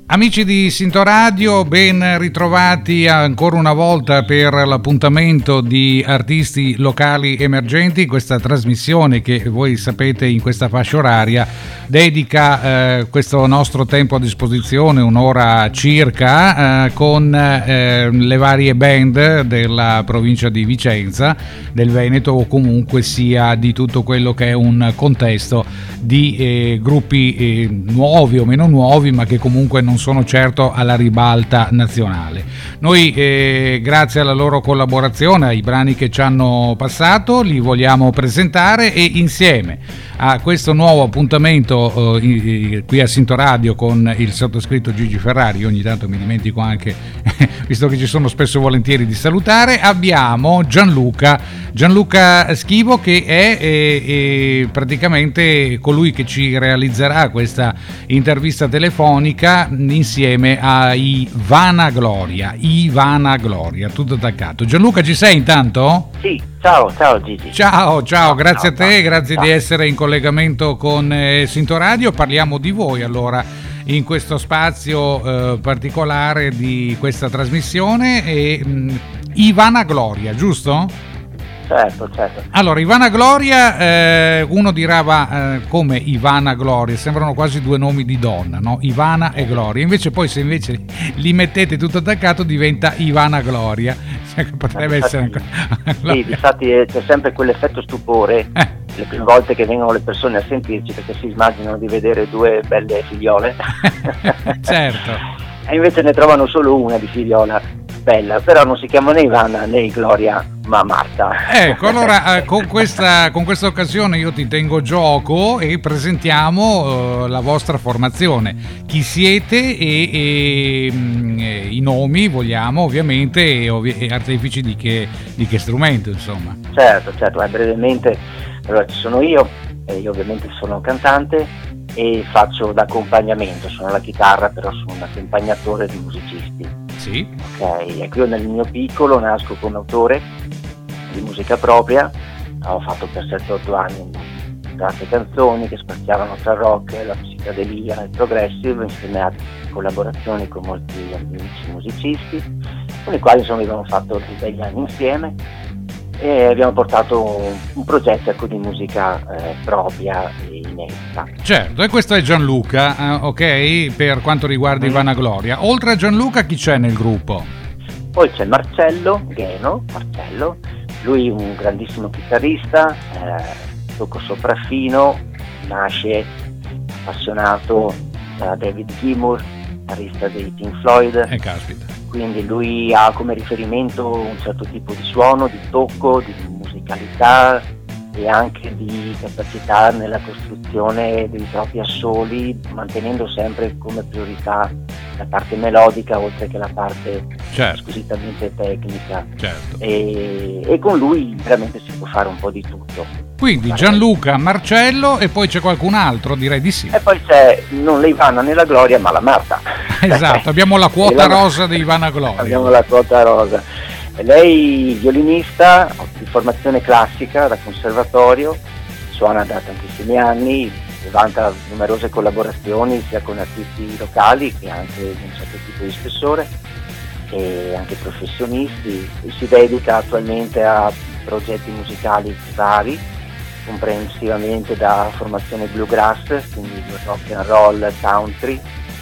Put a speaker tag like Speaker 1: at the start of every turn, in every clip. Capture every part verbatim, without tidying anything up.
Speaker 1: Amici di Sintoradio, ben ritrovati ancora una volta per l'appuntamento di artisti locali emergenti, questa trasmissione che voi sapete in questa fascia oraria dedica eh, questo nostro tempo a disposizione, un'ora circa, eh, con eh, le varie band della provincia di Vicenza, del Veneto o comunque sia di tutto quello che è un contesto di eh, gruppi eh, nuovi o meno nuovi, ma che comunque non sono certo alla ribalta nazionale. Noi eh, grazie alla loro collaborazione, ai brani che ci hanno passato, li vogliamo presentare e insieme a questo nuovo appuntamento eh, qui a Sintoradio con il sottoscritto Gigi Ferrari, ogni tanto mi dimentico anche visto che ci sono spesso e volentieri di salutare, abbiamo Gianluca Gianluca Schivo, che è eh, eh, praticamente colui che ci realizzerà questa intervista telefonica insieme a Ivana Gloria Ivana Gloria, tutto attaccato. Gianluca, ci sei intanto?
Speaker 2: Sì, ciao, ciao Gigi.
Speaker 1: Ciao, ciao, ciao grazie
Speaker 2: ciao,
Speaker 1: a te,
Speaker 2: ciao,
Speaker 1: grazie
Speaker 2: ciao.
Speaker 1: di essere in collegamento con eh, Sintoradio. Parliamo di voi allora in questo spazio eh, particolare di questa trasmissione. E, mh, Ivana Gloria, giusto?
Speaker 2: Certo, certo.
Speaker 1: Allora, Ivana Gloria, eh, uno dirà va, eh, come Ivana Gloria, sembrano quasi due nomi di donna, no? Ivana e Gloria, invece poi se invece li mettete tutto attaccato diventa Ivana Gloria, cioè, potrebbe
Speaker 2: infatti,
Speaker 1: essere ancora...
Speaker 2: Sì, infatti c'è sempre quell'effetto stupore
Speaker 1: eh.
Speaker 2: le prime volte che vengono le persone a sentirci, perché si immaginano di vedere due belle figliole
Speaker 1: Certo.
Speaker 2: E invece ne trovano solo una di figliola bella, però non si chiama né Ivana né Gloria, ma Marta.
Speaker 1: Ecco, allora eh, con questa con questa occasione io ti tengo gioco e presentiamo eh, la vostra formazione, chi siete e, e mh, i nomi vogliamo ovviamente e, ovvi- e artefici di che, di che strumento, insomma.
Speaker 2: Certo, certo, eh, brevemente, allora ci sono io, e io ovviamente sono un cantante e faccio d'accompagnamento, suono la chitarra, però sono un accompagnatore di musicisti.
Speaker 1: Sì.
Speaker 2: Ok, ecco, io nel mio piccolo nasco come autore di musica propria, ho fatto per sette otto anni tante canzoni che spaziavano tra rock, la psichedelia e il progressive, insieme a collaborazioni con molti amici musicisti, con i quali insomma abbiamo fatto degli anni insieme e abbiamo portato un, un progetto ecco, di musica eh, propria e inedita.
Speaker 1: Certo, e questo è Gianluca, eh, ok, per quanto riguarda
Speaker 2: Mm.
Speaker 1: Ivana Gloria. Oltre a Gianluca chi c'è nel gruppo?
Speaker 2: Poi c'è Marcello Gheno, Marcello, lui un grandissimo chitarrista, eh, tocco sopraffino, nasce appassionato da David Gilmour, chitarrista dei Pink Floyd.
Speaker 1: Eh, caspita.
Speaker 2: Quindi lui ha come riferimento un certo tipo di suono, di tocco, di musicalità e anche di capacità nella costruzione dei propri assoli, mantenendo sempre come priorità la parte melodica oltre che la parte
Speaker 1: Certo.
Speaker 2: squisitamente tecnica.
Speaker 1: Certo.
Speaker 2: E, e con lui veramente si può fare un po' di tutto.
Speaker 1: Quindi Gianluca, Marcello e poi c'è qualcun altro, direi di sì.
Speaker 2: E poi c'è non la Ivana né la Gloria, ma la Marta.
Speaker 1: Esatto, abbiamo la quota rosa di Ivana Gloria.
Speaker 2: Abbiamo la quota rosa. E lei violinista di formazione classica da conservatorio, suona da tantissimi anni, vanta numerose collaborazioni sia con artisti locali che anche di un certo tipo di spessore e anche professionisti. Si dedica attualmente a progetti musicali vari, comprensivamente da formazione bluegrass, quindi rock and roll, country,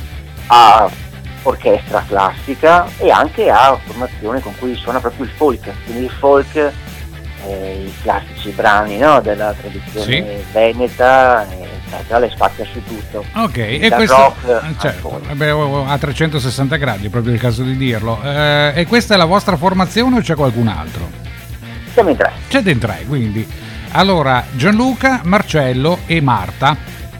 Speaker 2: a orchestra classica e anche a formazione con cui suona proprio il folk, quindi il folk, eh, i classici brani, no, della tradizione
Speaker 1: Sì.
Speaker 2: veneta, eccetera, le spazia su tutto.
Speaker 1: Ok, e
Speaker 2: Dal
Speaker 1: questo
Speaker 2: rock
Speaker 1: eh,
Speaker 2: al
Speaker 1: certo,
Speaker 2: folk.
Speaker 1: vabbè, a trecentosessanta gradi, è proprio il caso di dirlo. Eh, e questa è la vostra formazione o c'è qualcun altro?
Speaker 2: Siamo in tre.
Speaker 1: Siete in tre, quindi. Allora, Gianluca, Marcello e Marta.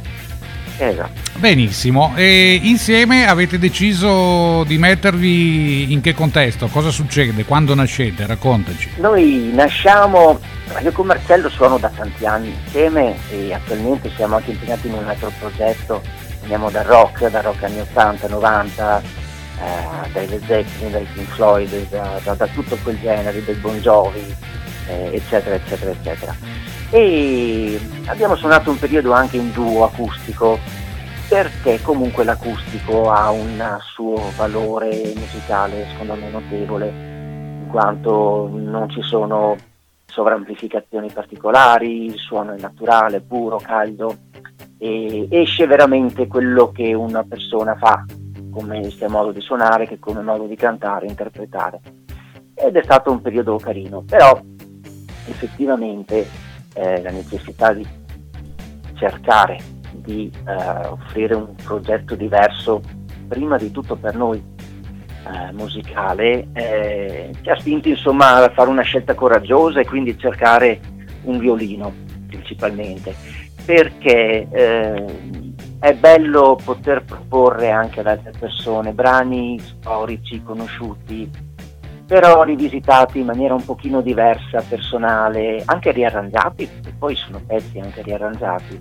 Speaker 2: Esatto.
Speaker 1: Benissimo, e insieme avete deciso di mettervi in che contesto? Cosa succede? Quando nascete? Raccontaci.
Speaker 2: Noi nasciamo, io con Marcello suono da tanti anni insieme e attualmente siamo anche impegnati in un altro progetto, andiamo dal rock, dal rock anni ottanta, novanta, eh, dai Led Zeppelin, dai Pink Floyd, da, da, da tutto quel genere, dai Bon Jovi, eh, eccetera, eccetera, eccetera. E abbiamo suonato un periodo anche in duo acustico, perché comunque l'acustico ha un suo valore musicale secondo me notevole, in quanto non ci sono sovramplificazioni particolari, il suono è naturale, puro, caldo, e esce veramente quello che una persona fa, come sia modo di suonare che come modo di cantare, interpretare. Ed è stato un periodo carino, però effettivamente eh, la necessità di cercare di eh, offrire un progetto diverso, prima di tutto per noi eh, musicale, eh, ci ha spinti insomma a fare una scelta coraggiosa e quindi cercare un violino principalmente, perché eh, è bello poter proporre anche ad altre persone brani storici, conosciuti, però rivisitati in maniera un pochino diversa, personale, anche riarrangiati, perché poi sono pezzi anche riarrangiati.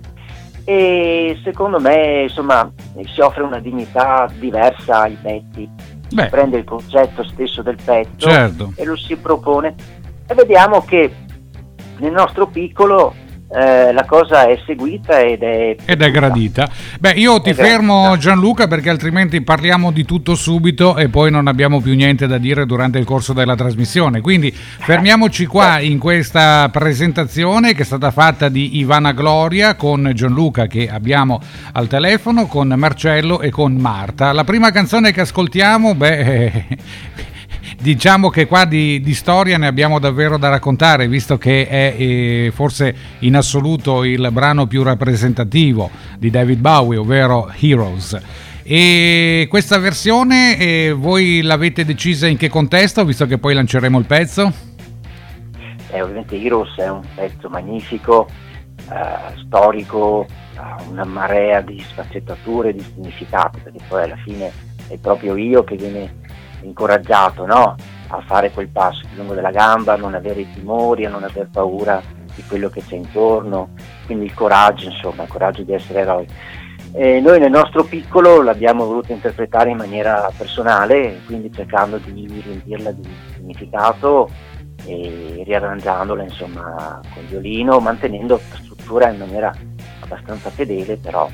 Speaker 2: E secondo me insomma si offre una dignità diversa ai pezzi.
Speaker 1: Beh.
Speaker 2: Si prende il concetto stesso del pezzo,
Speaker 1: certo,
Speaker 2: e lo si propone, e vediamo che nel nostro piccolo Eh, la cosa è seguita ed è
Speaker 1: ed è gradita. Beh, io ti
Speaker 2: è
Speaker 1: fermo
Speaker 2: gradita.
Speaker 1: Gianluca, perché altrimenti parliamo di tutto subito e poi non abbiamo più niente da dire durante il corso della trasmissione, quindi fermiamoci qua in questa presentazione che è stata fatta di Ivana Gloria con Gianluca, che abbiamo al telefono, con Marcello e con Marta. La prima canzone che ascoltiamo, beh diciamo che qua di, di storia ne abbiamo davvero da raccontare, visto che è eh, forse in assoluto il brano più rappresentativo di David Bowie, ovvero Heroes. E questa versione eh, voi l'avete decisa in che contesto, visto che poi lanceremo il pezzo?
Speaker 2: Eh, ovviamente Heroes è un pezzo magnifico, eh, storico, ha una marea di sfaccettature, di significati, perché poi alla fine è proprio io che viene incoraggiato, no? A fare quel passo più lungo della gamba, a non avere i timori, a non aver paura di quello che c'è intorno, quindi il coraggio, insomma, il coraggio di essere eroi. E noi nel nostro piccolo l'abbiamo voluto interpretare in maniera personale, quindi cercando di riempirla di significato e riarrangiandola insomma con violino, mantenendo la struttura in maniera abbastanza fedele, però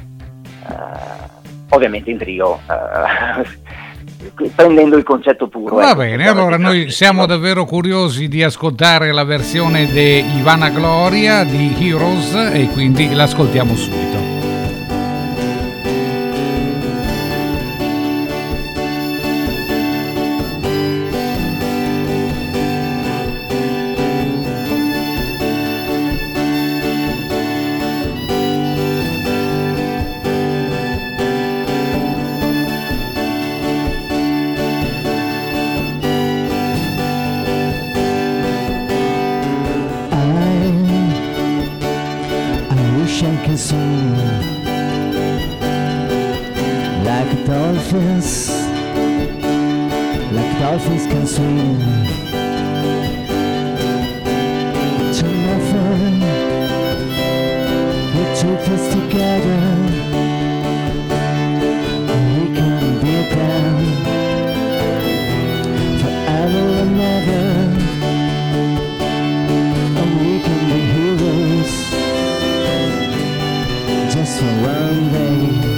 Speaker 2: eh, ovviamente in trio, eh, prendendo il concetto puro.
Speaker 1: Va
Speaker 2: ecco,
Speaker 1: bene, allora noi siamo davvero curiosi di ascoltare la versione di Ivana Gloria di Heroes e quindi l'ascoltiamo subito.
Speaker 3: Like dolphins, like dolphins can swim to nothing. We took us together, we can be them forever and ever, and we can be heroes just for one day.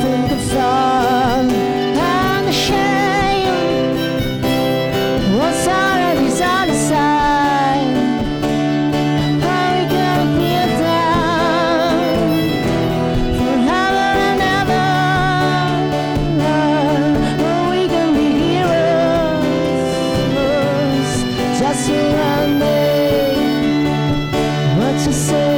Speaker 3: think the fun and the shame was already on the side. Are we gonna kneel down forever and ever? Are we gonna be heroes just surrounding what you say?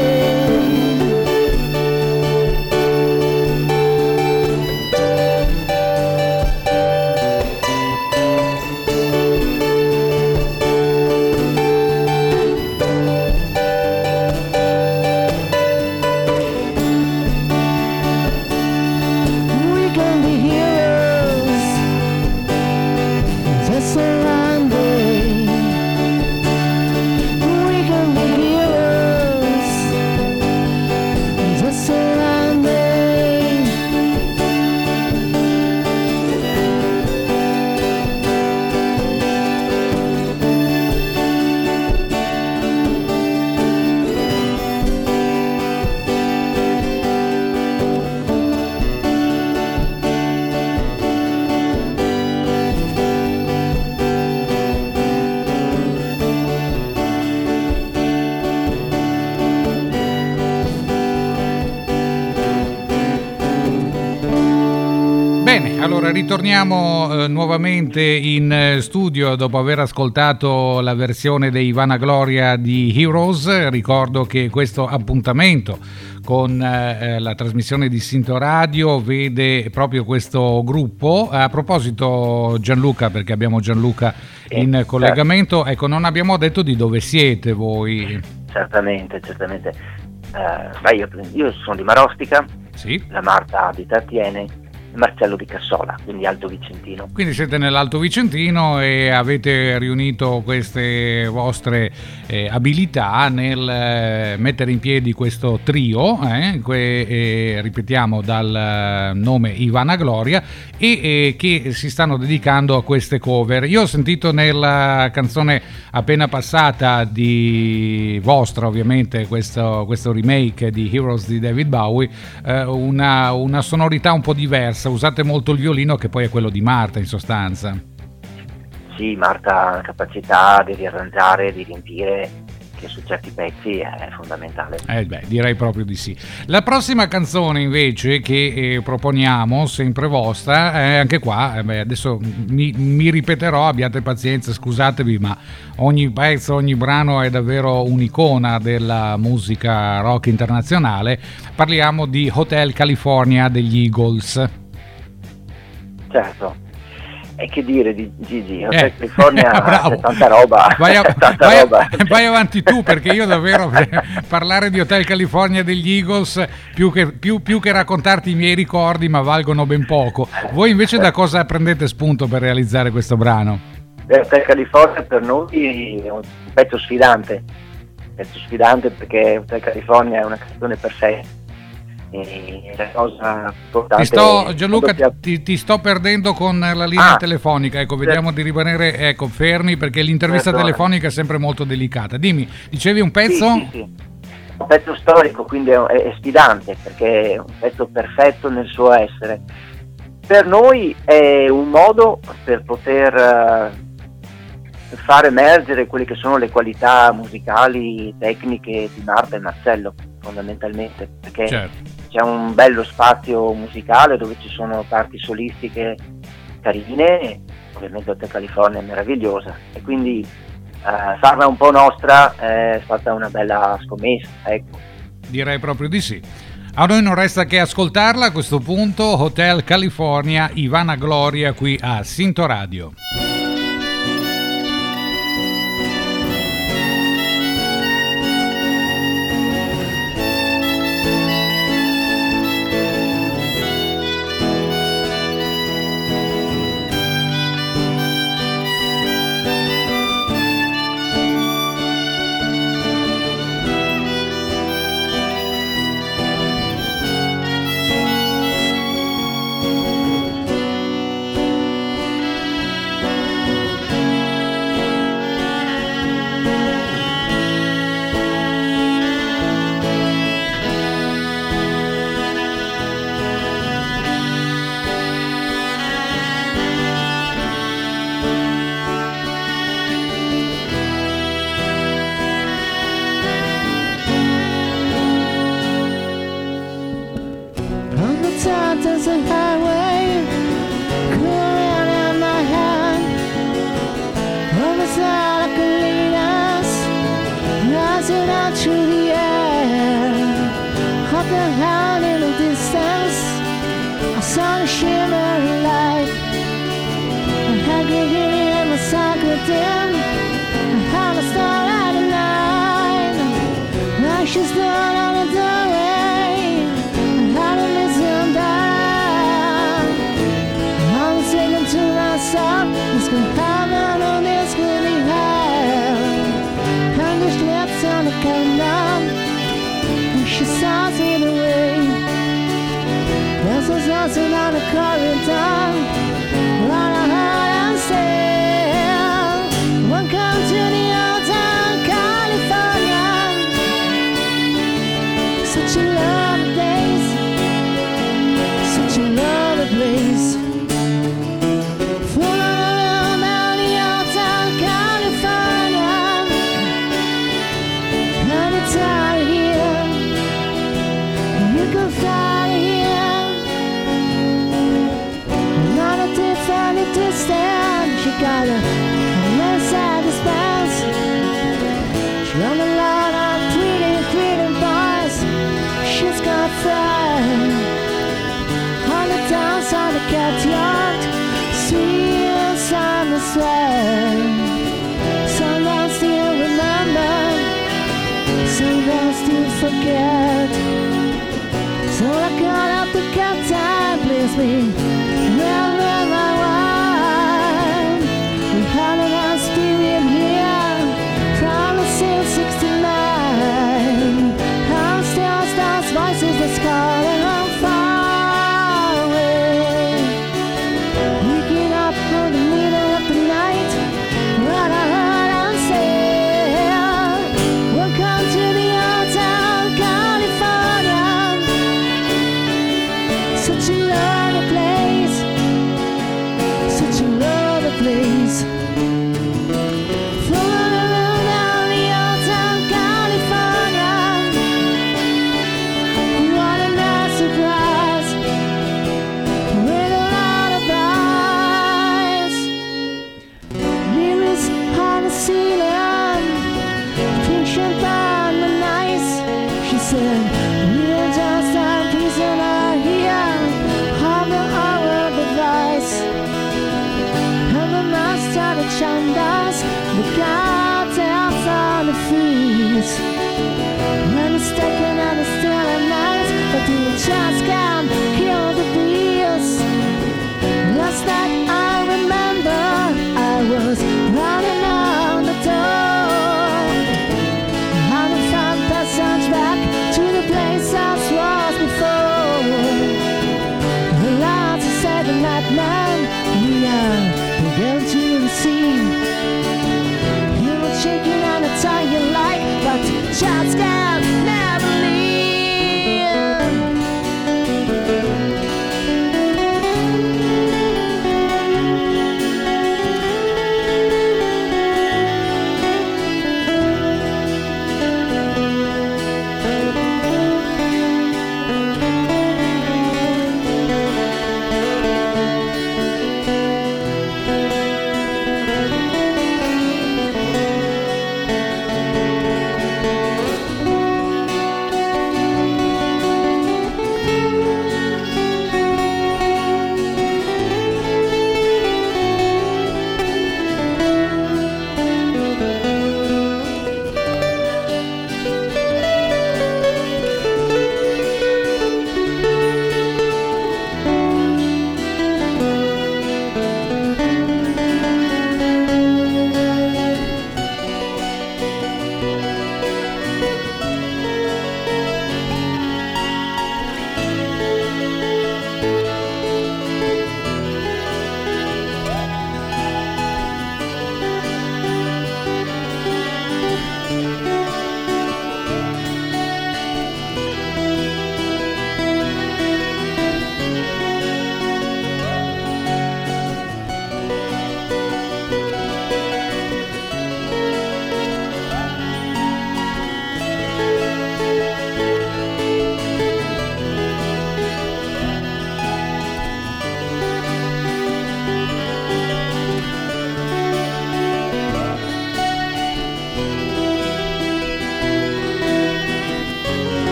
Speaker 3: We can be heroes, just surrounding. We can be heroes, just surrounding.
Speaker 1: Bene, allora ritorniamo eh, nuovamente in eh, studio dopo aver ascoltato la versione dei Vanagloria di Heroes. Ricordo che questo appuntamento con eh, la trasmissione di Sinto Radio vede proprio questo gruppo. A proposito, Gianluca, perché abbiamo Gianluca in collegamento, ecco, non abbiamo detto di dove siete voi.
Speaker 2: Certamente, certamente. Eh, beh, io, io sono di Marostica,
Speaker 1: Sì.
Speaker 2: la Marta abita a Tiene, Marcello di Cassola, quindi Alto Vicentino.
Speaker 1: Quindi siete nell'Alto Vicentino e avete riunito queste vostre eh, abilità nel eh, mettere in piedi questo trio, eh, que, eh, ripetiamo dal nome I Vanagloria, e eh, che si stanno dedicando a queste cover. Io ho sentito nella canzone appena passata di vostra, ovviamente, questo, questo remake di Heroes di David Bowie, eh, una, una sonorità un po' diversa. Usate molto il violino, che poi è quello di Marta in sostanza.
Speaker 2: Sì, Marta ha la capacità di riarrangiare, di riempire, che su certi pezzi è fondamentale.
Speaker 1: Eh beh, direi proprio di sì. La prossima canzone invece che eh, proponiamo, sempre vostra, eh, anche qua, eh beh, adesso mi, mi ripeterò, abbiate pazienza, scusatevi, ma ogni pezzo, ogni brano è davvero un'icona della musica rock internazionale. Parliamo di Hotel California degli Eagles.
Speaker 2: Certo. E che dire di Gigi?
Speaker 1: Eh,
Speaker 2: eh, California
Speaker 1: bravo.
Speaker 2: c'è tanta roba.
Speaker 1: Vai, a-
Speaker 2: tanta
Speaker 1: vai a-
Speaker 2: roba.
Speaker 1: vai avanti tu, perché io davvero parlare di Hotel California degli Eagles, più che, più, più che raccontarti i miei ricordi, ma valgono ben poco. Voi invece da cosa prendete spunto per realizzare questo brano?
Speaker 2: Eh, Hotel California per noi è un pezzo sfidante, un pezzo sfidante perché Hotel California è una canzone per sé. E la cosa importante,
Speaker 1: Ti sto, Gianluca,
Speaker 2: quando
Speaker 1: ti, ti sto perdendo con la linea
Speaker 2: Ah.
Speaker 1: telefonica. Ecco, vediamo di rimanere ecco, fermi, perché l'intervista
Speaker 2: Perdona.
Speaker 1: telefonica è sempre molto delicata. Dimmi, dicevi un
Speaker 2: Sì,
Speaker 1: pezzo?
Speaker 2: sì, sì. Un pezzo storico, quindi è, è sfidante perché è un pezzo perfetto nel suo essere. Per noi è un modo per poter eh, far emergere quelle che sono le qualità musicali, tecniche di Marta e Marcello, fondamentalmente, perché
Speaker 1: Certo.
Speaker 2: c'è un bello spazio musicale dove ci sono parti solistiche carine, ovviamente Hotel California è meravigliosa, e quindi eh, farla un po' nostra è stata una bella scommessa, ecco.
Speaker 1: Direi proprio di sì. A noi non resta che ascoltarla a questo punto. Hotel California, I Vanagloria, qui a Sinto Radio.
Speaker 3: mountains a highway, cooling in my hand. On the side I could lead us, rising out through the air. Up the hound in the distance, I saw the shimmering light. I had to get in my soccer dim. I had a star at the night. Now she's down on the doorway. I had to listen down. I'm singing to myself, this could happen or this could be hell. And just left on the countdown, and she saws it away. There's a dancing on the corridor, what I heard and said. Welcome to the old town, California. Such a lovely place, such a lovely place. Full around down the old town, California. And it's out of here, you can fly here. Not a different distance, you got a left side dispense. She on the lot of pretty, pretty boys. She's got a friend on the downside of the cat yard. Sweet summer sweat. Some don't still remember, some don't still forget. So I got up the cat time, please me. Remember my wife. We had a nice period here from the sale sixty-nine. I'm still stars, voices that's calling I'm far away. Waking up in the middle of the night, what I heard and said. Welcome to the old town, California. Such a lovely place, such a lovely place. Floating around down the old town, California. What a nice surprise, with a lot of eyes. Mirrors on the ceiling, picture on the nice. She said, we're just a prisoner here of the hour of advice. And the master that shunned us, the gods out on the freeze. And it's taken and it's still a night, but the just can't kill the beast. Last night I remember I was running out the door. I found passage back to the place I was before. The lights are said the night man, we are going to the sea. You were shaking on a tie you like, but just can't never leave.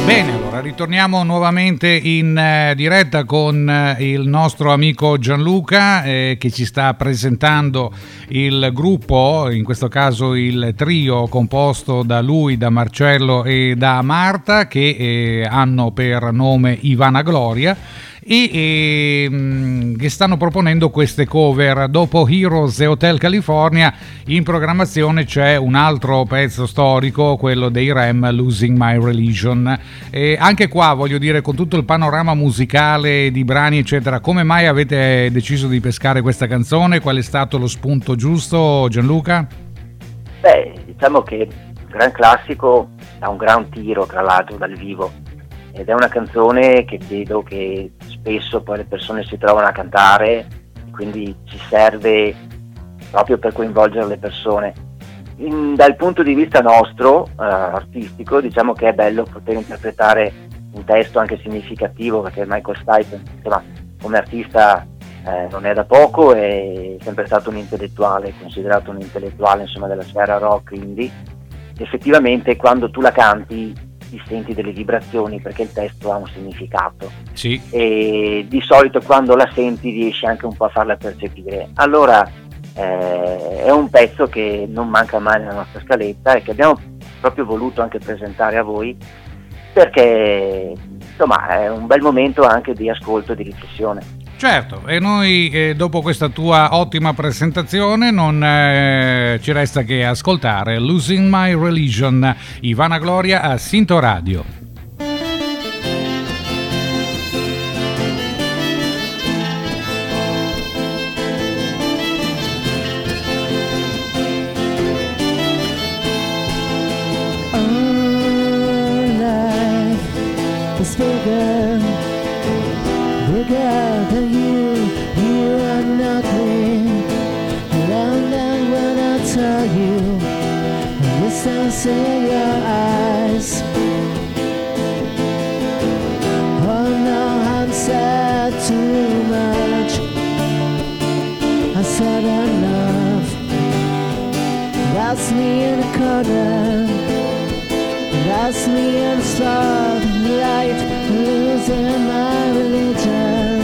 Speaker 1: Bene, allora ritorniamo nuovamente in eh, diretta con eh, il nostro amico Gianluca eh, che ci sta presentando il gruppo, in questo caso il trio composto da lui, da Marcello e da Marta, che eh, hanno per nome Ivana Gloria e, e mh, che stanno proponendo queste cover. Dopo Heroes e Hotel California in programmazione c'è un altro pezzo storico, quello dei R E M, Losing My Religion. E anche qua voglio dire, con tutto il panorama musicale di brani eccetera, come mai avete deciso di pescare questa canzone? Qual è stato lo spunto giusto, Gianluca?
Speaker 2: Beh, diciamo che il gran classico ha un gran tiro tra l'altro dal vivo, ed è una canzone che vedo che spesso poi le persone si trovano a cantare, quindi ci serve proprio per coinvolgere le persone. In, dal punto di vista nostro, eh, artistico, diciamo che è bello poter interpretare un testo anche significativo, perché Michael Stipe, insomma, come artista eh, non è da poco, è sempre stato un intellettuale, considerato un intellettuale, insomma, della sfera rock indie. Effettivamente quando tu la canti ti senti delle vibrazioni, perché il testo ha un significato.
Speaker 1: Sì.
Speaker 2: E di solito quando la senti riesci anche un po' a farla percepire. Allora eh, è un pezzo che non manca mai nella nostra scaletta e che abbiamo proprio voluto anche presentare a voi, perché insomma è un bel momento anche di ascolto e di riflessione.
Speaker 1: Certo, e noi eh, dopo questa tua ottima presentazione non eh, ci resta che ascoltare Losing My Religion, Ivana Gloria a Sinto Radio.
Speaker 3: Bigger than you, you are nothing. And then when I tell you, this dance in your eyes. Oh no, I'm sad too much. I said enough. That's me in a corner. That's me in the spotlight, losing my religion,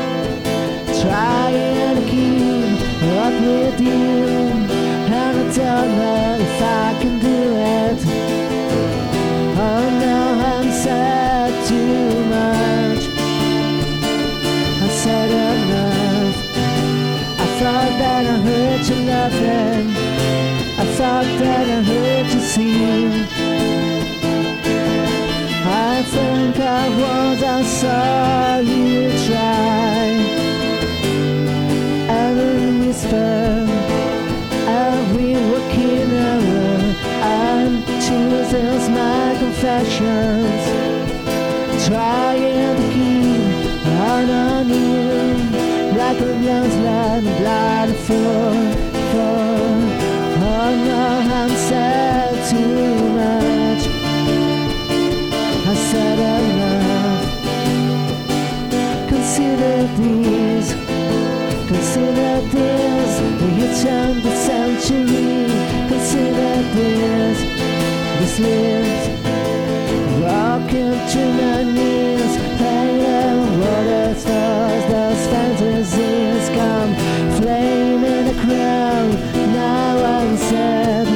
Speaker 3: trying to keep up with you, and I don't know if I can do it. Oh no, I'm sad too much. I said enough. I thought that I heard you laughing. I thought that I heard you sing. I think I was, I saw you try. Every whisper, every waking hour, and chooses my confessions, trying to keep on on you, like a young land, blind for, for. Oh no, I'm sad too much. I said enough. Consider this, consider this, you turn the century. Consider this, this lives, rocking to my knees. Hey, what are stars, those fantasies come, flame in the crowd. Now I'm sad,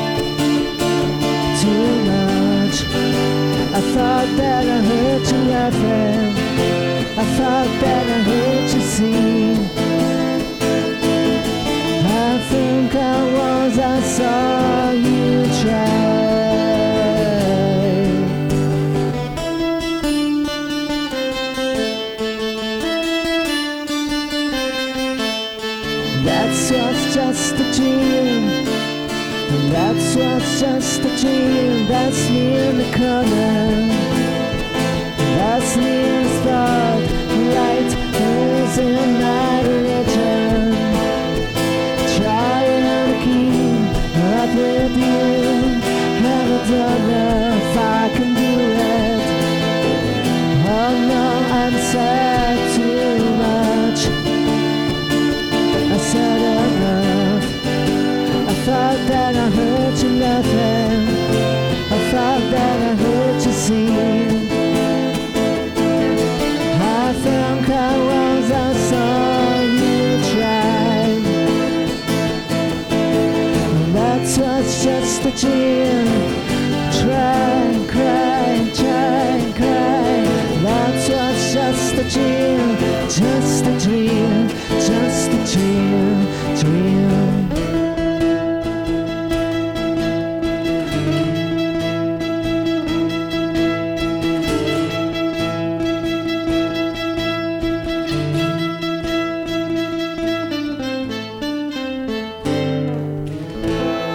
Speaker 3: too much. I thought that I heard you laughing. I thought that I heard you sing. I think I was, I saw you try. That's what's just a dream. That's what's just a dream. That's me in the corner. That's me in the spotlight, losing my religion, trying to keep up with you, and I don't know if I can do it. Oh no, I'm sad too much. I said enough. I thought that I heard you laughing. I thought that I heard you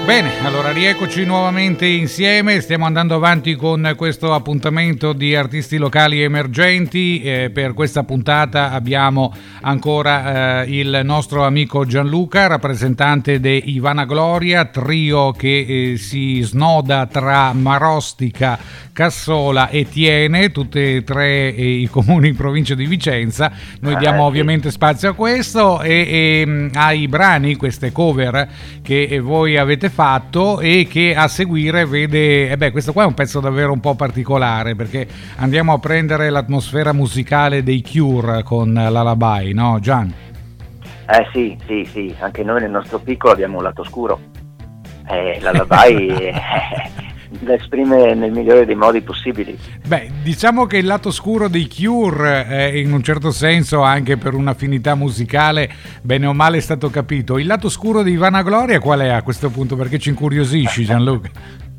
Speaker 1: Bene, allora rieccoci nuovamente insieme, stiamo andando avanti con questo appuntamento di artisti locali emergenti. Eh, per questa puntata abbiamo ancora eh, il nostro amico Gianluca, rappresentante di Ivana Gloria, trio che eh, si snoda tra Marostica, Cassola e Tiene, tutte e tre eh, i comuni in provincia di Vicenza. Noi diamo ovviamente spazio a questo e, e ai brani, queste cover che voi avete fatto e che a seguire vede, eh beh, questo qua è un pezzo davvero un po' particolare, perché andiamo a prendere l'atmosfera musicale dei Cure con Lullaby, no Gian?
Speaker 2: Eh sì, sì, sì, anche noi nel nostro piccolo abbiamo un lato oscuro. Eh, Lullaby la esprime nel migliore dei modi possibili.
Speaker 1: Beh, diciamo che il lato scuro dei Cure, eh, in un certo senso, anche per un'affinità musicale, bene o male è stato capito. Il lato scuro di Ivana Gloria qual è a questo punto? Perché ci incuriosisci, Gianluca?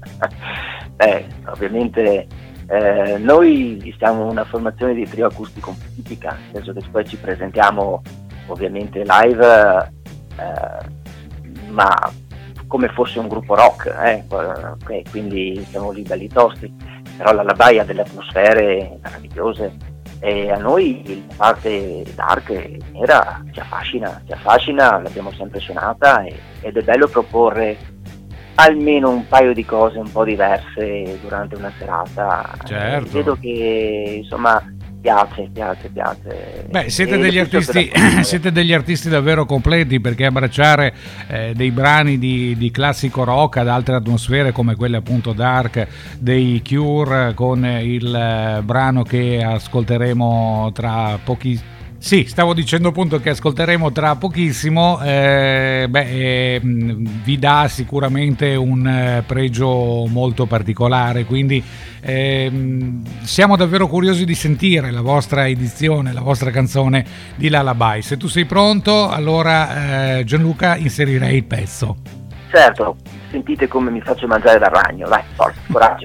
Speaker 2: Beh, ovviamente eh, noi siamo una formazione di trio acustico tipica, nel senso che poi ci presentiamo ovviamente live, eh, ma come fosse un gruppo rock, eh? Okay, quindi siamo lì belli tosti, però la Lullaby ha delle atmosfere meravigliose e a noi la parte dark e nera ci affascina, ci affascina, l'abbiamo sempre suonata e, ed è bello proporre almeno un paio di cose un po' diverse durante una serata.
Speaker 1: Certo.
Speaker 2: Vedo che insomma piace, piace, piace.
Speaker 1: Beh, siete degli artisti, siete degli artisti davvero completi, perché abbracciare eh, dei brani di, di classico rock ad altre atmosfere come quelle appunto dark dei Cure, con il eh, brano che ascolteremo tra pochi. Sì, stavo dicendo appunto che ascolteremo tra pochissimo, eh, beh, eh, vi dà sicuramente un eh, pregio molto particolare, quindi eh, siamo davvero curiosi di sentire la vostra edizione, la vostra canzone di Lullaby. Se tu sei pronto, allora eh, Gianluca, inserirei il pezzo.
Speaker 2: Certo, sentite come mi faccio mangiare dal ragno, vai, forza, coraggio.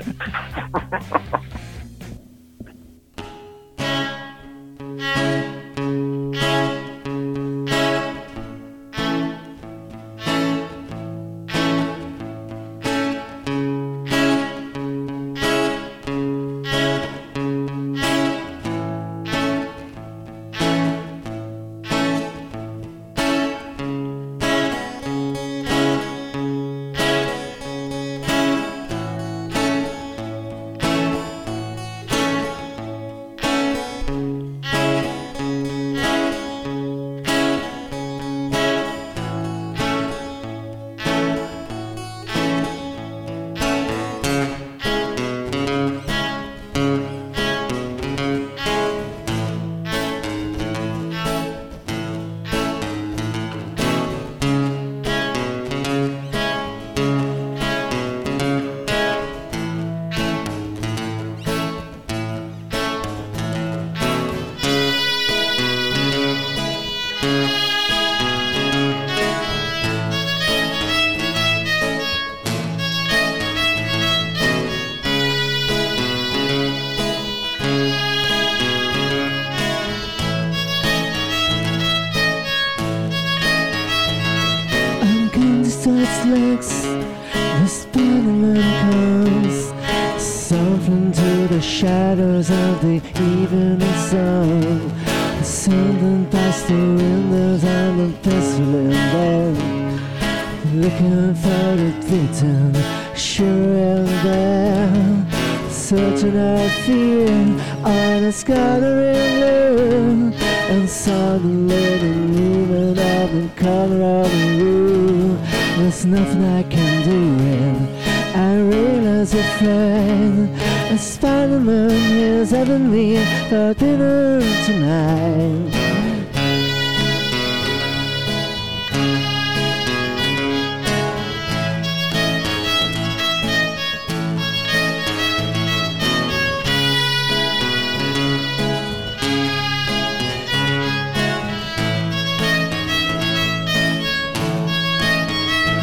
Speaker 3: Legs, the Spider-Man comes, softly to the shadows of the evening sun. Something past the windows and the pencil in bed, looking for the victim, sure and there. Searching our fear on a scattering blue, and suddenly the movement of the color of the room. There's nothing I can do, and I realize a friend, a Spider-Man is having me for dinner tonight.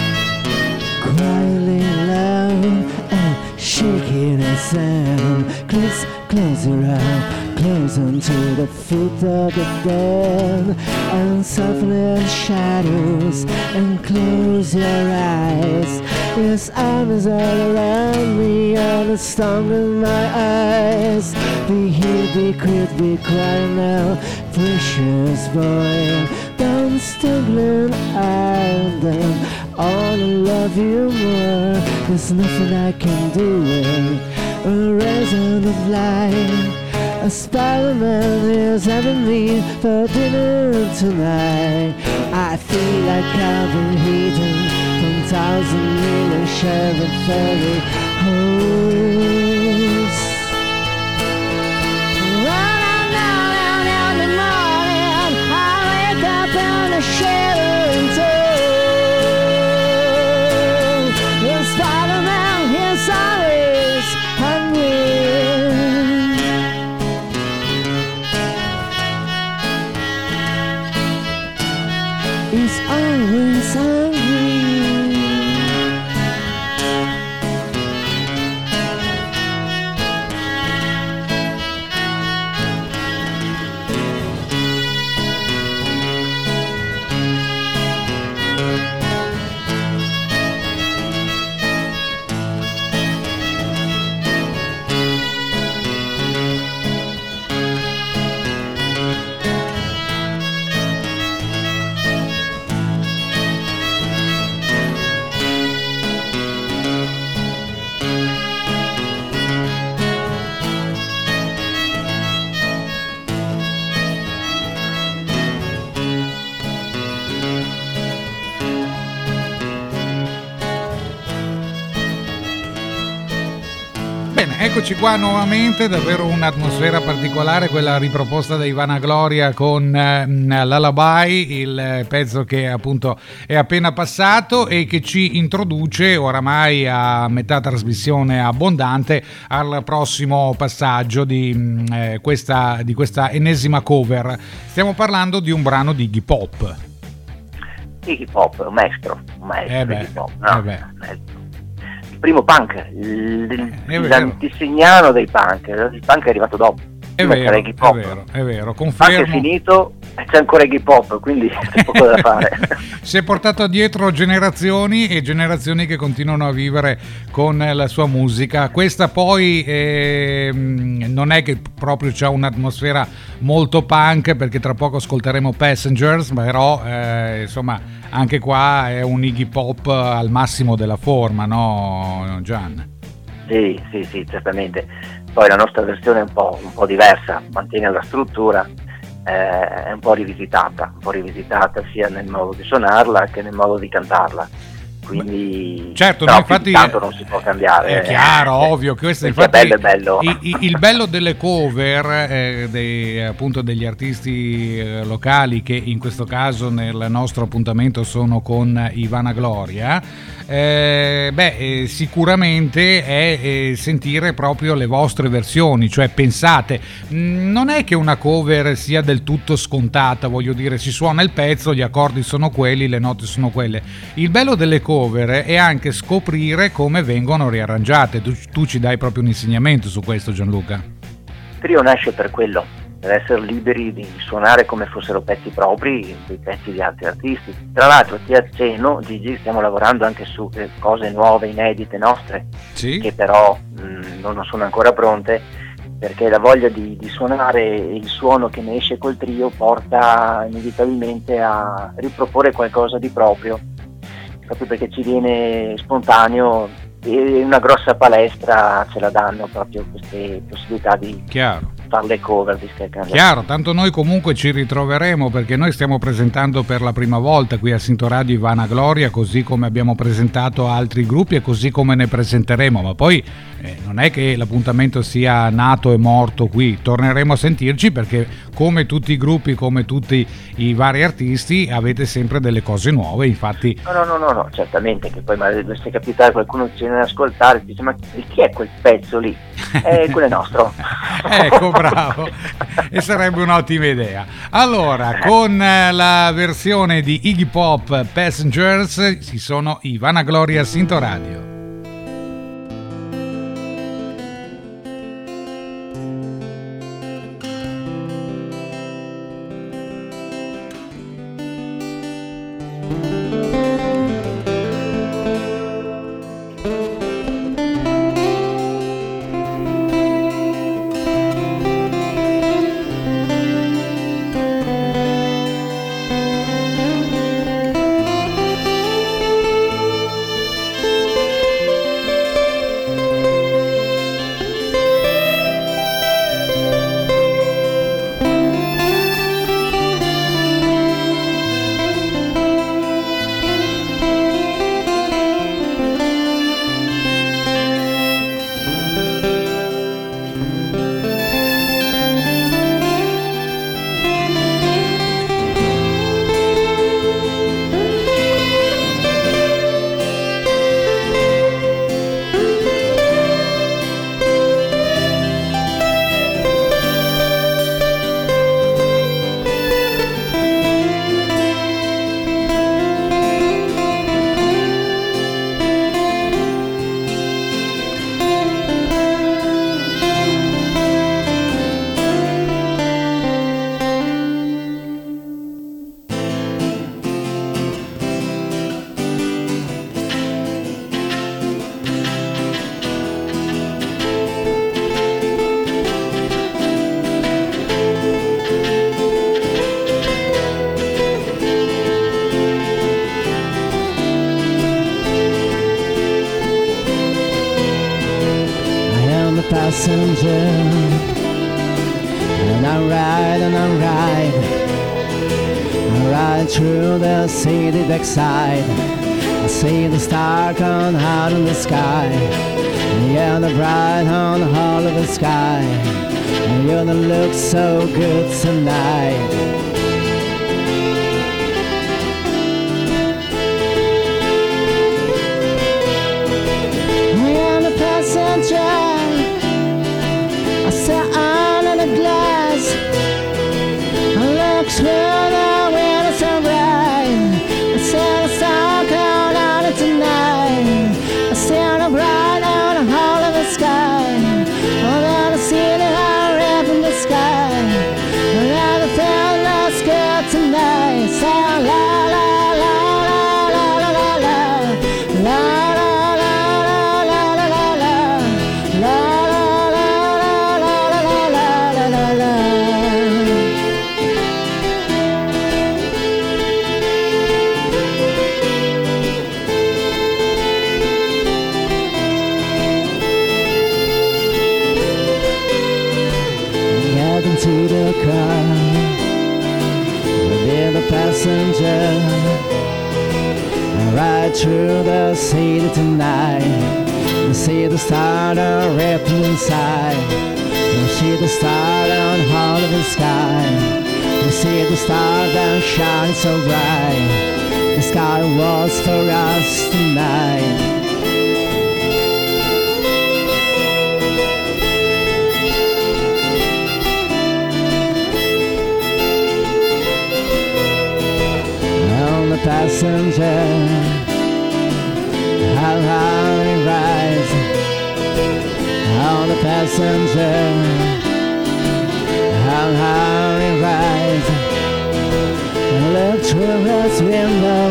Speaker 3: Quietly loud and shaking his hand, close, close your eyes, close unto the feet of the dead, and soften the shadows, and close your eyes. His arms all around me, and the storm in my eyes. Be here, be quick, be quiet now, precious boy. Don't stumbling island, all I love you more. There's nothing I can do with a reason of life. A Spider-Man is having me for dinner tonight. I feel like I've been hidden from thousand million shadow fairy hosts. When I'm down, down, down in the morning, I wake up in a shivering toad. The Spider-Man is always hungry. He's always hungry.
Speaker 1: Eccoci qua nuovamente, davvero un'atmosfera particolare, quella riproposta da Ivana Gloria con eh, Lullaby, il pezzo che appunto è appena passato e che ci introduce oramai a metà trasmissione abbondante al prossimo passaggio di, eh, questa, di questa ennesima cover. Stiamo parlando di un brano di Iggy Pop.
Speaker 2: Iggy Pop è un maestro, un maestro
Speaker 1: eh beh,
Speaker 2: Iggy Pop, no?
Speaker 1: eh beh.
Speaker 2: Il primo punk, l'antesignano dei punk, il punk è arrivato dopo.
Speaker 1: È vero, è vero, è vero, confermo.
Speaker 2: Punk è finito, c'è ancora Iggy Pop, quindi c'è poco da fare.
Speaker 1: Si è portato dietro generazioni e generazioni che continuano a vivere con la sua musica. Questa poi eh, non è che proprio c'ha un'atmosfera molto punk, perché tra poco ascolteremo Passengers, però eh, insomma anche qua è un Iggy Pop al massimo della forma, no Gian?
Speaker 2: Sì, sì, sì, certamente. Poi la nostra versione è un po', un po' diversa, mantiene la struttura, eh, è un po' rivisitata, un po' rivisitata sia nel modo di suonarla che nel modo di cantarla. Quindi
Speaker 1: certo,
Speaker 2: no,
Speaker 1: no, infatti
Speaker 2: tanto non si può cambiare.
Speaker 1: È chiaro,
Speaker 2: eh,
Speaker 1: ovvio, questo
Speaker 2: infatti è bello, è bello.
Speaker 1: Il, il bello delle cover eh, dei, appunto degli artisti eh, locali, che in questo caso nel nostro appuntamento sono con Ivana Gloria, eh, beh eh, sicuramente è eh, sentire proprio le vostre versioni, cioè pensate, mh, non è che una cover sia del tutto scontata, voglio dire, si suona il pezzo, gli accordi sono quelli, le note sono quelle. Il bello delle cover è anche scoprire come vengono riarrangiate. Tu, tu ci dai proprio un insegnamento su questo, Gianluca.
Speaker 2: Il trio nasce per quello, per essere liberi di suonare come fossero pezzi propri, dei pezzi di altri artisti. Tra l'altro ti accenno, Gigi, stiamo lavorando anche su cose nuove, inedite nostre,
Speaker 1: sì?
Speaker 2: Che però mh, non sono ancora pronte, perché la voglia di, di suonare il suono che ne esce col trio porta inevitabilmente a riproporre qualcosa di proprio, proprio perché ci viene spontaneo, e una grossa palestra ce la danno proprio queste possibilità di
Speaker 1: Chiaro.
Speaker 2: fare le cover, di scaricare.
Speaker 1: Chiaro, tanto noi comunque ci ritroveremo, perché noi stiamo presentando per la prima volta qui a Sinto Radio Ivana Gloria, così come abbiamo presentato altri gruppi e così come ne presenteremo, ma poi eh, non è che l'appuntamento sia nato e morto qui, torneremo a sentirci, perché come tutti i gruppi, come tutti i vari artisti, avete sempre delle cose nuove, infatti.
Speaker 2: No, no, no, no, no, certamente, che poi magari dovesse capitare qualcuno che ci viene ad ascoltare e dice: ma di chi è quel pezzo lì? Eh, quello è nostro.
Speaker 1: Ecco, bravo, e sarebbe un'ottima idea. Allora, con la versione di Iggy Pop Passengers ci sono Ivana Gloria Sinto Radio.
Speaker 3: Passenger, and I ride and I ride, I ride through the city backside. I see the star come out in the sky, and you're the bright on the whole of the sky, and you don't look so good tonight. I sat under the glass, I look through the windows and ride. I see the sun come out tonight. I see the bright on the whole of the sky. Although the city high up in the sky, and everything looks good tonight. Say la la la la la la la la la. To the car, with the passenger, I ride through the city tonight. You see the star ripping inside. You see the star on all of the sky. You see the star that shines so bright. The sky was for us tonight. The passenger, how high he rides. On the passenger, how high he rides. Look through his window,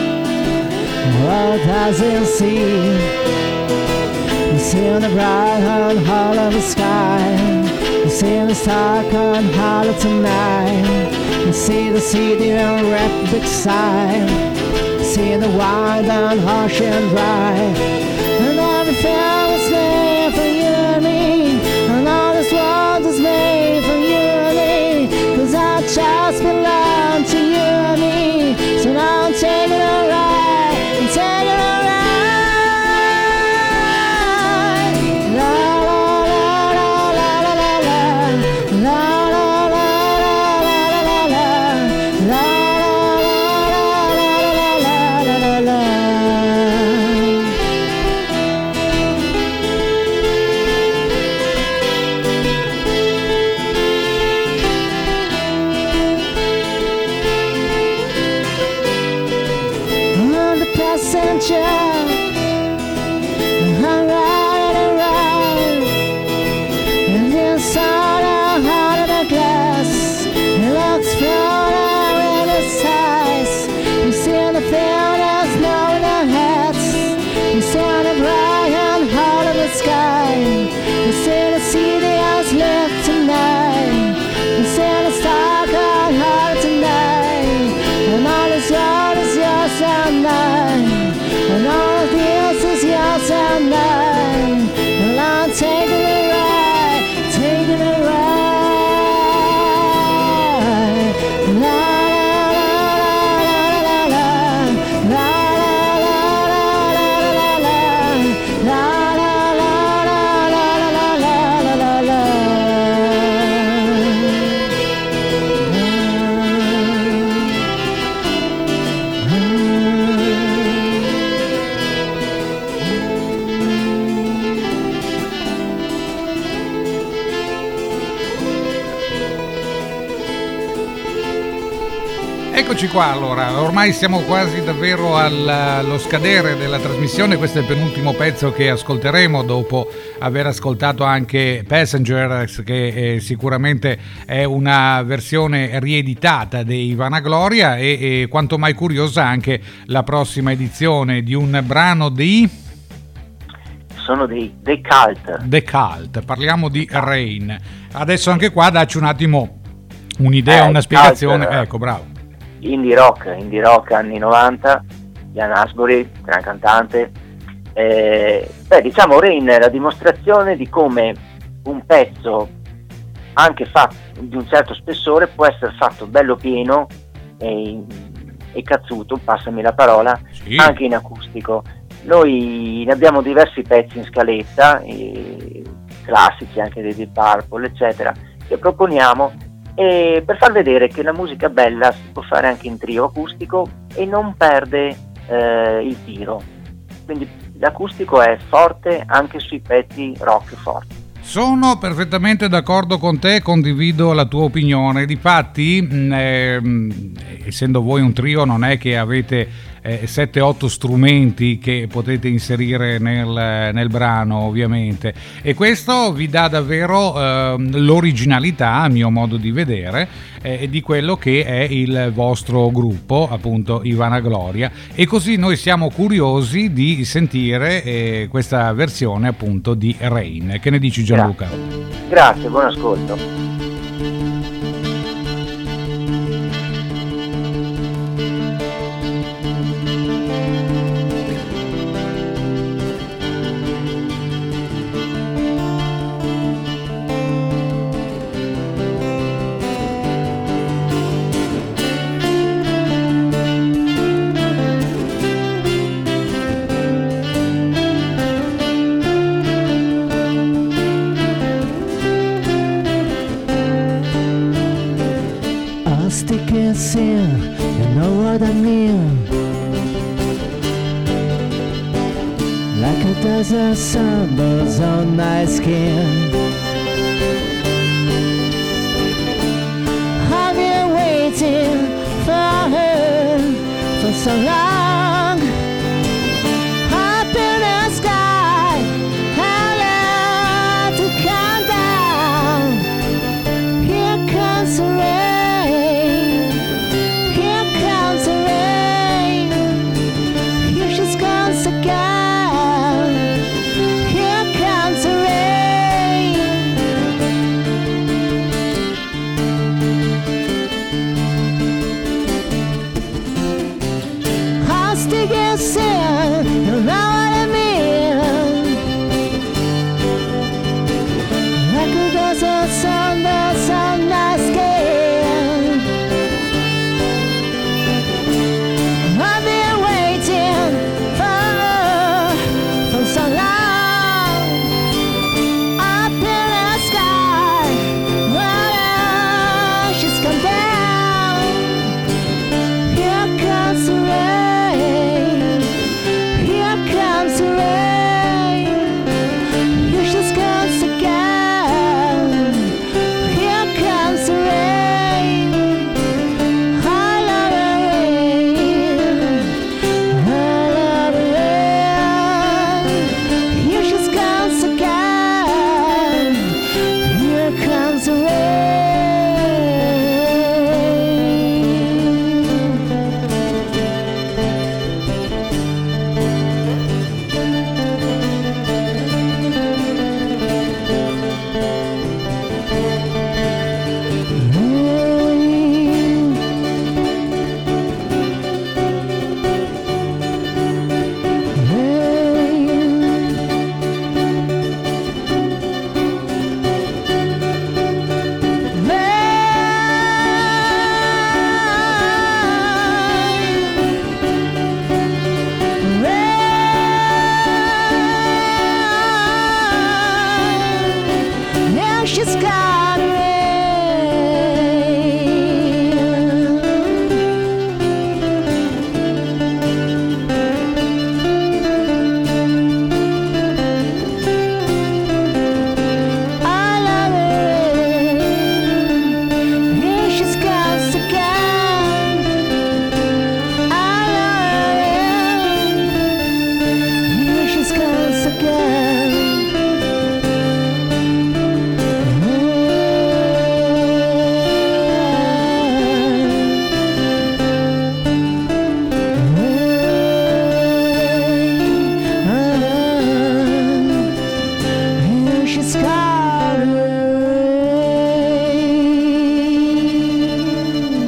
Speaker 3: what does he see? You see the bright hall of the sky. You see the star come hollow tonight. You see the city on rapid side. See the wild and harsh and dry. And everything was made for you and me. And all this world was made for you and me. Cause our just belong to you and me. So now I'm taking a ride, I'm taking a ride. La la la la la la la la la la la la la la. La la la la la la la la.
Speaker 1: Eccoci qua, allora, ormai siamo quasi davvero al- allo scadere della trasmissione. Questo è il penultimo pezzo che ascolteremo dopo aver ascoltato anche Passengers, che eh, sicuramente è una versione rieditata dei Vanagloria, e, e quanto mai curiosa anche la prossima edizione di un brano di
Speaker 2: Sono dei, dei cult.
Speaker 1: The Cult. Parliamo di Rain. Adesso anche qua dacci un attimo un'idea,
Speaker 2: Eh,
Speaker 1: una spiegazione.
Speaker 2: Cult,
Speaker 1: Ecco, bravo.
Speaker 2: Indie rock, indie rock anni novanta, Ian Astbury, gran cantante. Eh, beh, diciamo Rain è la dimostrazione di come un pezzo anche fatto di un certo spessore può essere fatto bello pieno e, e cazzuto, passami la parola,
Speaker 1: Sì.
Speaker 2: anche in acustico. Noi ne abbiamo diversi pezzi in scaletta, eh, classici anche dei Deep Purple, eccetera, che proponiamo, e per far vedere che la musica bella si può fare anche in trio acustico e non perde eh, il tiro. Quindi l'acustico è forte anche sui pezzi rock forti.
Speaker 1: Sono perfettamente d'accordo con te, condivido la tua opinione. Difatti, mh, ehm, essendo voi un trio, non è che avete eh, sette otto strumenti che potete inserire nel, nel brano, ovviamente, e questo vi dà davvero ehm, l'originalità, a mio modo di vedere, eh, di quello che è il vostro gruppo, appunto i Vanagloria, e così noi siamo curiosi di sentire eh, questa versione appunto di Rain. Che ne dici, Gianluca?
Speaker 2: Grazie, Grazie, buon ascolto.
Speaker 3: You know what I mean? Like a desert sunburns on my skin. I've been waiting for her for so long. Up in the sky, I love to come down. Here comes the rain.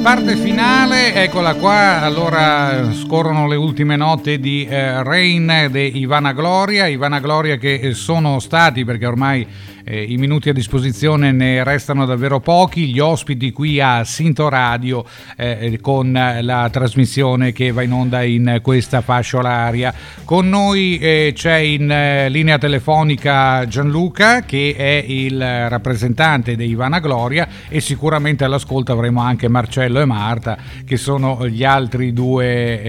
Speaker 1: Parte finale, eccola qua. Allora scorrono le ultime note di eh, Rain di Ivana Gloria. Ivana Gloria che sono stati, perché ormai eh, i minuti a disposizione ne restano davvero pochi, gli ospiti qui a Sinto Radio eh, con la trasmissione che va in onda in questa fascia oraria. Con noi eh, c'è in eh, linea telefonica Gianluca, che è il rappresentante di Ivana Gloria, e sicuramente all'ascolto avremo anche Marcello e Marta, che sono gli altri due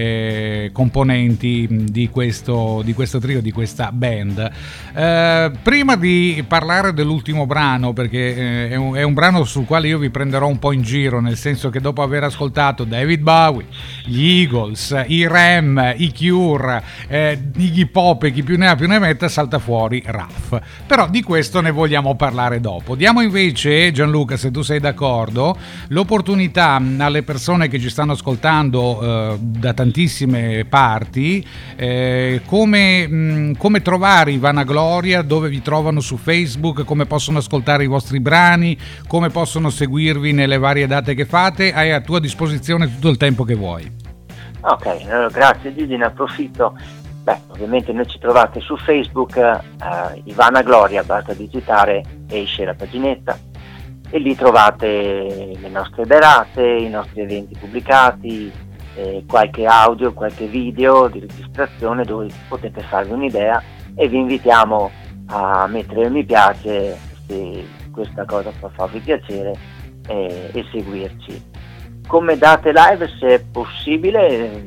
Speaker 1: eh, componenti di questo, di questo trio, di questa band. Eh, prima di parlare dell'ultimo brano, perché eh, è, un, è un brano sul quale io vi prenderò un po' in giro, nel senso che dopo aver ascoltato David Bowie, gli Eagles, i Rem, i Cure, eh, Iggy Pop e chi più ne ha più ne metta, salta fuori Raff. Però di questo ne vogliamo parlare dopo. Diamo invece, Gianluca, se tu sei d'accordo, l'opportunità alle persone che ci stanno ascoltando eh, da tantissime parti eh, come, mh, come trovare Ivana Gloria, dove vi trovano su Facebook, come possono ascoltare i vostri brani, come possono seguirvi nelle varie date che fate. Hai a tua disposizione tutto il tempo che vuoi.
Speaker 2: Ok, allora, grazie Gigi, ne approfitto. Beh, ovviamente noi ci trovate su Facebook, eh, Ivana Gloria, basta digitare, esce la paginetta e lì trovate le nostre derate, i nostri eventi pubblicati, eh, qualche audio, qualche video di registrazione dove potete farvi un'idea, e vi invitiamo a mettere il mi piace se questa cosa può farvi piacere eh, e seguirci. Come date live, se è possibile,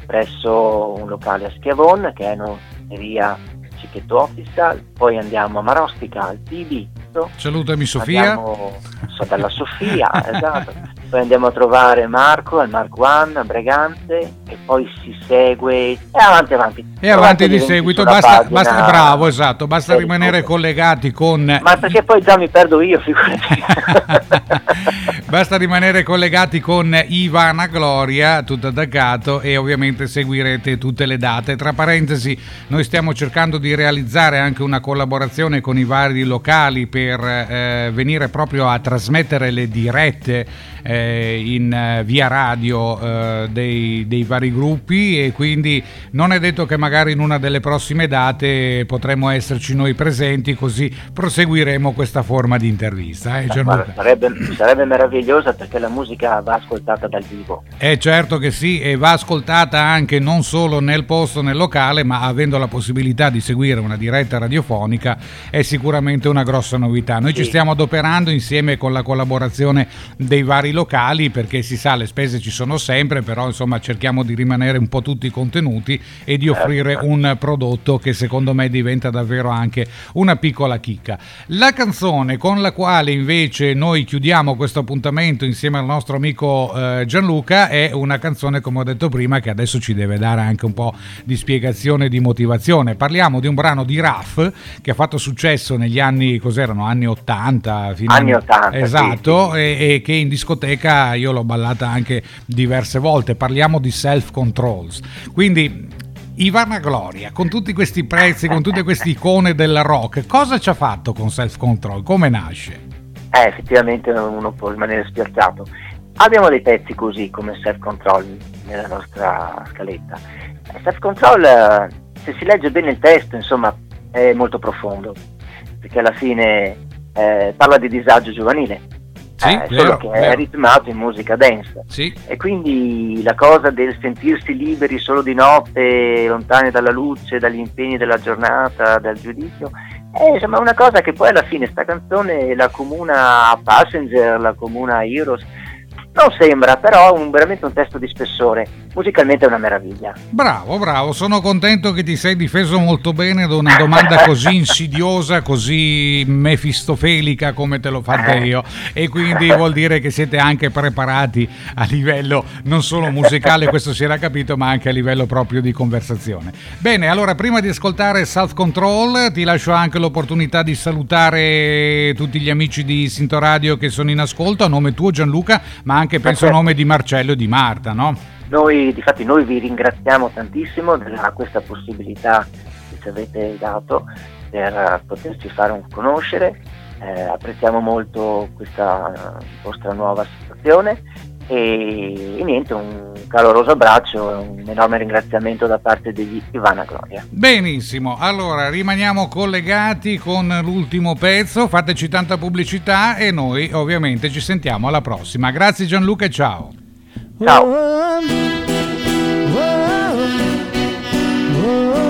Speaker 2: presso un locale a Schiavon, che è un'osteria Cicchetto Official, poi andiamo a Marostica al T B.
Speaker 1: Salutami Sofia.
Speaker 2: Andiamo, so, dalla Sofia, esatto. Poi andiamo a trovare Marco al Mark One a Breganze, e poi si segue e avanti avanti.
Speaker 1: E avanti di seguito, basta, basta, bravo, esatto, basta Facebook. Rimanere collegati con...
Speaker 2: Ma perché poi già mi perdo io, figurati.
Speaker 1: Basta rimanere collegati con Ivana Gloria, tutto attaccato, e ovviamente seguirete tutte le date. Tra parentesi, noi stiamo cercando di realizzare anche una collaborazione con i vari locali per eh, venire proprio a trasmettere le dirette eh, in eh, via radio eh, dei, dei vari gruppi, e quindi non è detto che magari in una delle prossime date potremo esserci noi presenti, così proseguiremo questa forma di intervista. Eh,
Speaker 2: Guarda, sarebbe, sarebbe meravigliosa, perché la musica va ascoltata dal vivo.
Speaker 1: Eh certo che sì, e va ascoltata anche non solo nel posto, nel locale, ma avendo la possibilità di seguire una diretta radiofonica è sicuramente una grossa novità. Noi sì. Ci stiamo adoperando insieme con la collaborazione dei vari locali, perché si sa, le spese ci sono sempre, però insomma cerchiamo di rimanere un po' tutti contenuti e di offrire un prodotto che secondo me diventa davvero anche una piccola chicca. La canzone con la quale invece noi chiudiamo questo appuntamento insieme al nostro amico eh, Gianluca è una canzone, come ho detto prima, che adesso ci deve dare anche un po' di spiegazione e di motivazione. Parliamo di un brano di Raff che ha fatto successo negli anni, cos'erano, anni ottanta, fino
Speaker 2: anni ottanta,
Speaker 1: esatto,
Speaker 2: sì, sì.
Speaker 1: E, e che in discoteca io l'ho ballata anche diverse volte. Parliamo di Self Controls. Quindi Ivana Gloria, con tutti questi prezzi, con tutte queste icone del rock, cosa ci ha fatto con Self Control? Come nasce?
Speaker 2: Eh, effettivamente uno può rimanere spiazzato. Abbiamo dei pezzi così come Self Control nella nostra scaletta. Self Control, se si legge bene il testo, insomma, è molto profondo, perché alla fine eh, parla di disagio giovanile.
Speaker 1: Sì,
Speaker 2: eh,
Speaker 1: vero,
Speaker 2: solo che
Speaker 1: vero.
Speaker 2: È ritmato in musica dance,
Speaker 1: sì. E
Speaker 2: quindi la cosa del sentirsi liberi solo di notte, lontani dalla luce, dagli impegni della giornata, dal giudizio, è insomma una cosa che poi alla fine sta canzone la comuna a Passenger, la comuna a Heroes. Non sembra, però è un, veramente un testo di spessore. Musicalmente è una meraviglia.
Speaker 1: Bravo, bravo, sono contento che ti sei difeso molto bene da una domanda così insidiosa, così mefistofelica come te l'ho fatta io, e quindi vuol dire che siete anche preparati a livello non solo musicale, questo si era capito, ma anche a livello proprio di conversazione. Bene, allora prima di ascoltare Self Control ti lascio anche l'opportunità di salutare tutti gli amici di Sinto Radio che sono in ascolto, a nome tuo Gianluca, ma anche penso a nome di Marcello e di Marta, no?
Speaker 2: Noi, difatti, noi vi ringraziamo tantissimo per questa possibilità che ci avete dato per poterci fare un conoscere. Eh, apprezziamo molto questa vostra nuova situazione e, e niente, un caloroso abbraccio e un enorme ringraziamento da parte di Ivana Gloria.
Speaker 1: Benissimo, allora rimaniamo collegati con l'ultimo pezzo, fateci tanta pubblicità e noi ovviamente ci sentiamo alla prossima. Grazie Gianluca e ciao.
Speaker 2: Ciao.
Speaker 3: Whoa, whoa, whoa.